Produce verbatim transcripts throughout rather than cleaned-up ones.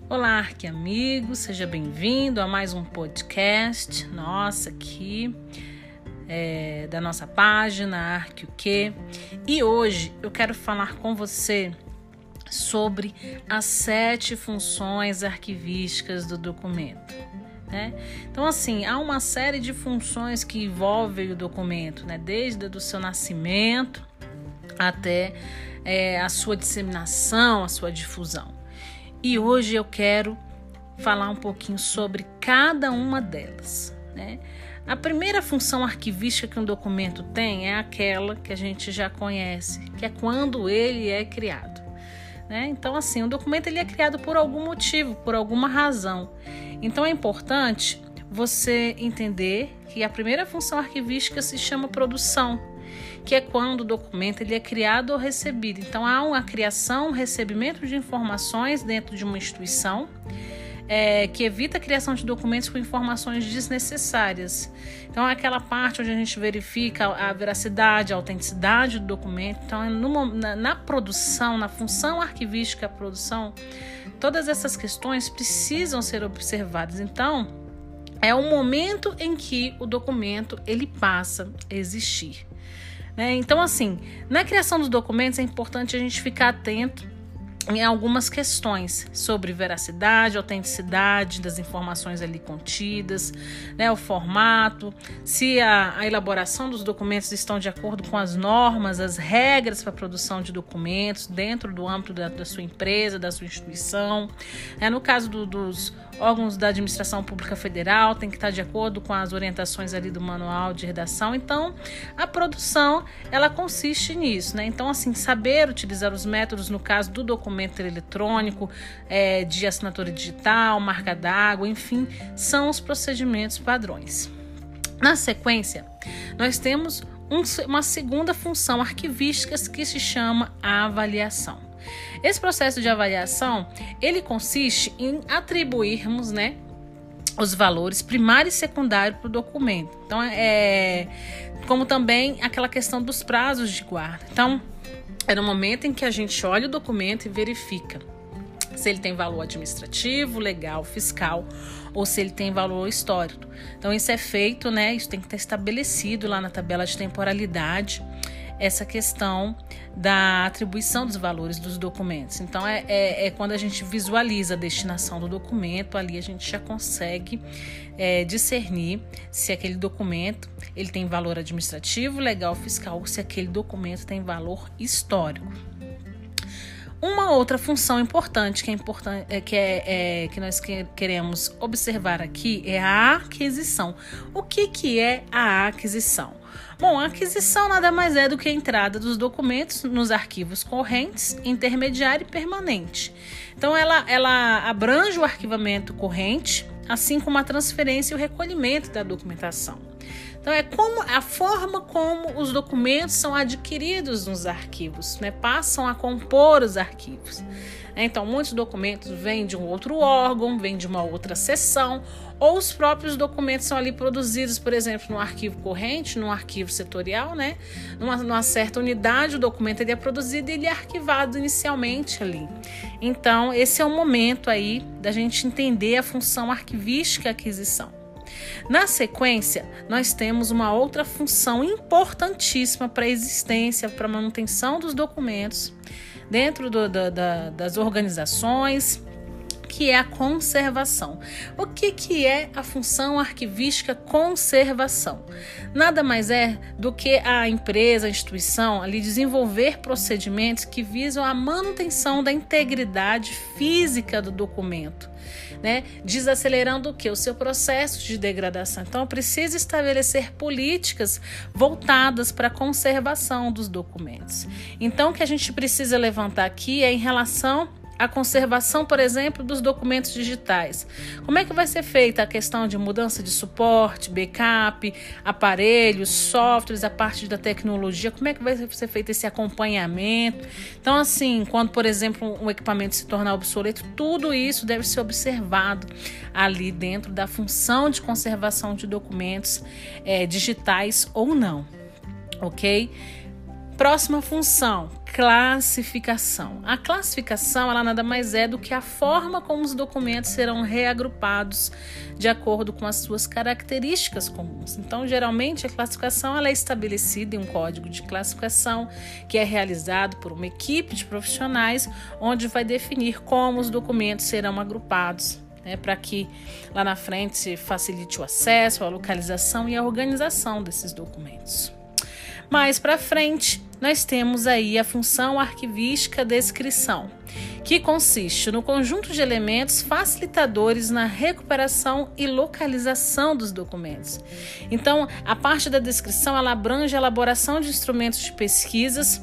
Olá, arqui-amigo, seja bem-vindo a mais um podcast nossa aqui, é, da nossa página Arque-o-Que. E hoje eu quero falar com você sobre as sete funções arquivísticas do documento. Né? Então, assim, há uma série de funções que envolvem o documento, né? Desde o seu nascimento até é, a sua disseminação, a sua difusão. E hoje eu quero falar um pouquinho sobre cada uma delas. Né? A primeira função arquivística que um documento tem é aquela que a gente já conhece, que é quando ele é criado. Né? Então, assim, o documento ele é criado por algum motivo, por alguma razão. Então, é importante você entender que a primeira função arquivística se chama produção, que é quando o documento ele é criado ou recebido. Então, há uma criação, um recebimento de informações dentro de uma instituição é, que evita a criação de documentos com informações desnecessárias. Então, é aquela parte onde a gente verifica a veracidade, a autenticidade do documento. Então, é no, na, na produção, na função arquivística da produção, todas essas questões precisam ser observadas. Então, é o momento em que o documento ele passa a existir. Né? Então, assim, na criação dos documentos é importante a gente ficar atento em algumas questões sobre veracidade, autenticidade das informações ali contidas, né, o formato, se a, a elaboração dos documentos estão de acordo com as normas, as regras para a produção de documentos dentro do âmbito da, da sua empresa, da sua instituição. É, no caso do, dos órgãos da administração pública federal, tem que estar de acordo com as orientações ali do manual de redação. Então, a produção, ela consiste nisso, né? Então, assim, saber utilizar os métodos, no caso do documento eletrônico, é, de assinatura digital, marca d'água, enfim, são os procedimentos padrões. Na sequência, nós temos um, uma segunda função arquivística que se chama a avaliação. Esse processo de avaliação, ele consiste em atribuirmos, né, os valores primário e secundário para o documento. Então, é como também aquela questão dos prazos de guarda. Então, é no momento em que a gente olha o documento e verifica se ele tem valor administrativo, legal, fiscal, ou se ele tem valor histórico. Então, isso é feito, né? Isso tem que estar estabelecido lá na tabela de temporalidade, essa questão da atribuição dos valores dos documentos. Então, é, é, é quando a gente visualiza a destinação do documento, ali a gente já consegue é, discernir se aquele documento ele tem valor administrativo, legal, fiscal, ou se aquele documento tem valor histórico. Uma outra função importante que, é importante, é, que, é, é, que nós que, queremos observar aqui é a aquisição. O que, que é a aquisição? Bom, a aquisição nada mais é do que a entrada dos documentos nos arquivos correntes, intermediário e permanente. Então, ela, ela abrange o arquivamento corrente, assim como a transferência e o recolhimento da documentação. Então, é como a forma como os documentos são adquiridos nos arquivos, né? Passam a compor os arquivos. Então, muitos documentos vêm de um outro órgão, vêm de uma outra seção, ou os próprios documentos são ali produzidos, por exemplo, no arquivo corrente, no arquivo setorial, né? Numa, numa certa unidade, o documento ele é produzido e ele é arquivado inicialmente ali. Então, esse é o momento aí da gente entender a função arquivística e aquisição. Na sequência, nós temos uma outra função importantíssima para a existência, para a manutenção dos documentos dentro do, da, da, das organizações, que é a conservação. O que, que é a função arquivística conservação? Nada mais é do que a empresa, a instituição, ali desenvolver procedimentos que visam a manutenção da integridade física do documento, né? Desacelerando o que? O seu processo de degradação. Então, precisa estabelecer políticas voltadas para a conservação dos documentos. Então, o que a gente precisa levantar aqui é em relação a conservação, por exemplo, dos documentos digitais. Como é que vai ser feita a questão de mudança de suporte, backup, aparelhos, softwares, a parte da tecnologia? Como é que vai ser feito esse acompanhamento? Então, assim, quando, por exemplo, um equipamento se tornar obsoleto, tudo isso deve ser observado ali dentro da função de conservação de documentos é, digitais ou não, ok? Próxima função, classificação. A classificação, ela nada mais é do que a forma como os documentos serão reagrupados de acordo com as suas características comuns. Então, geralmente, a classificação ela é estabelecida em um código de classificação que é realizado por uma equipe de profissionais, onde vai definir como os documentos serão agrupados, né, para que lá na frente facilite o acesso, a localização e a organização desses documentos. Mais para frente, nós temos aí a função arquivística descrição, que consiste no conjunto de elementos facilitadores na recuperação e localização dos documentos. Então, a parte da descrição ela abrange a elaboração de instrumentos de pesquisas,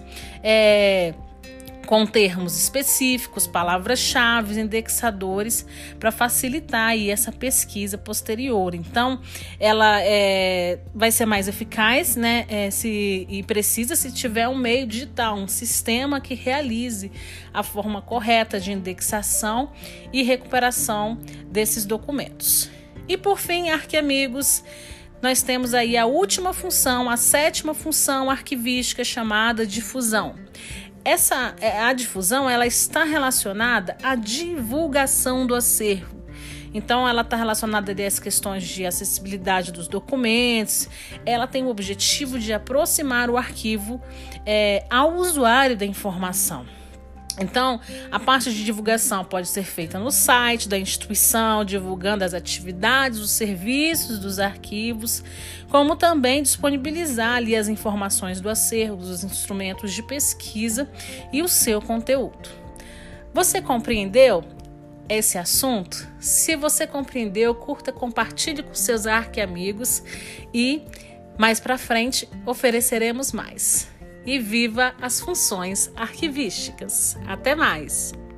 é, com termos específicos, palavras-chave, indexadores, para facilitar aí essa pesquisa posterior. Então, ela é, vai ser mais eficaz, né, é, se, e precisa se tiver um meio digital, um sistema que realize a forma correta de indexação e recuperação desses documentos. E por fim, arqui-amigos, nós temos aí a última função, a sétima função arquivística, chamada difusão. Essa, a difusão ela está relacionada à divulgação do acervo. Então, ela está relacionada às questões de acessibilidade dos documentos. Ela tem o objetivo de aproximar o arquivo é, ao usuário da informação. Então, a parte de divulgação pode ser feita no site da instituição, divulgando as atividades, os serviços dos arquivos, como também disponibilizar ali as informações do acervo, os instrumentos de pesquisa e o seu conteúdo. Você compreendeu esse assunto? Se você compreendeu, curta, compartilhe com seus arqui-amigos e mais para frente ofereceremos mais. E viva as funções arquivísticas. Até mais!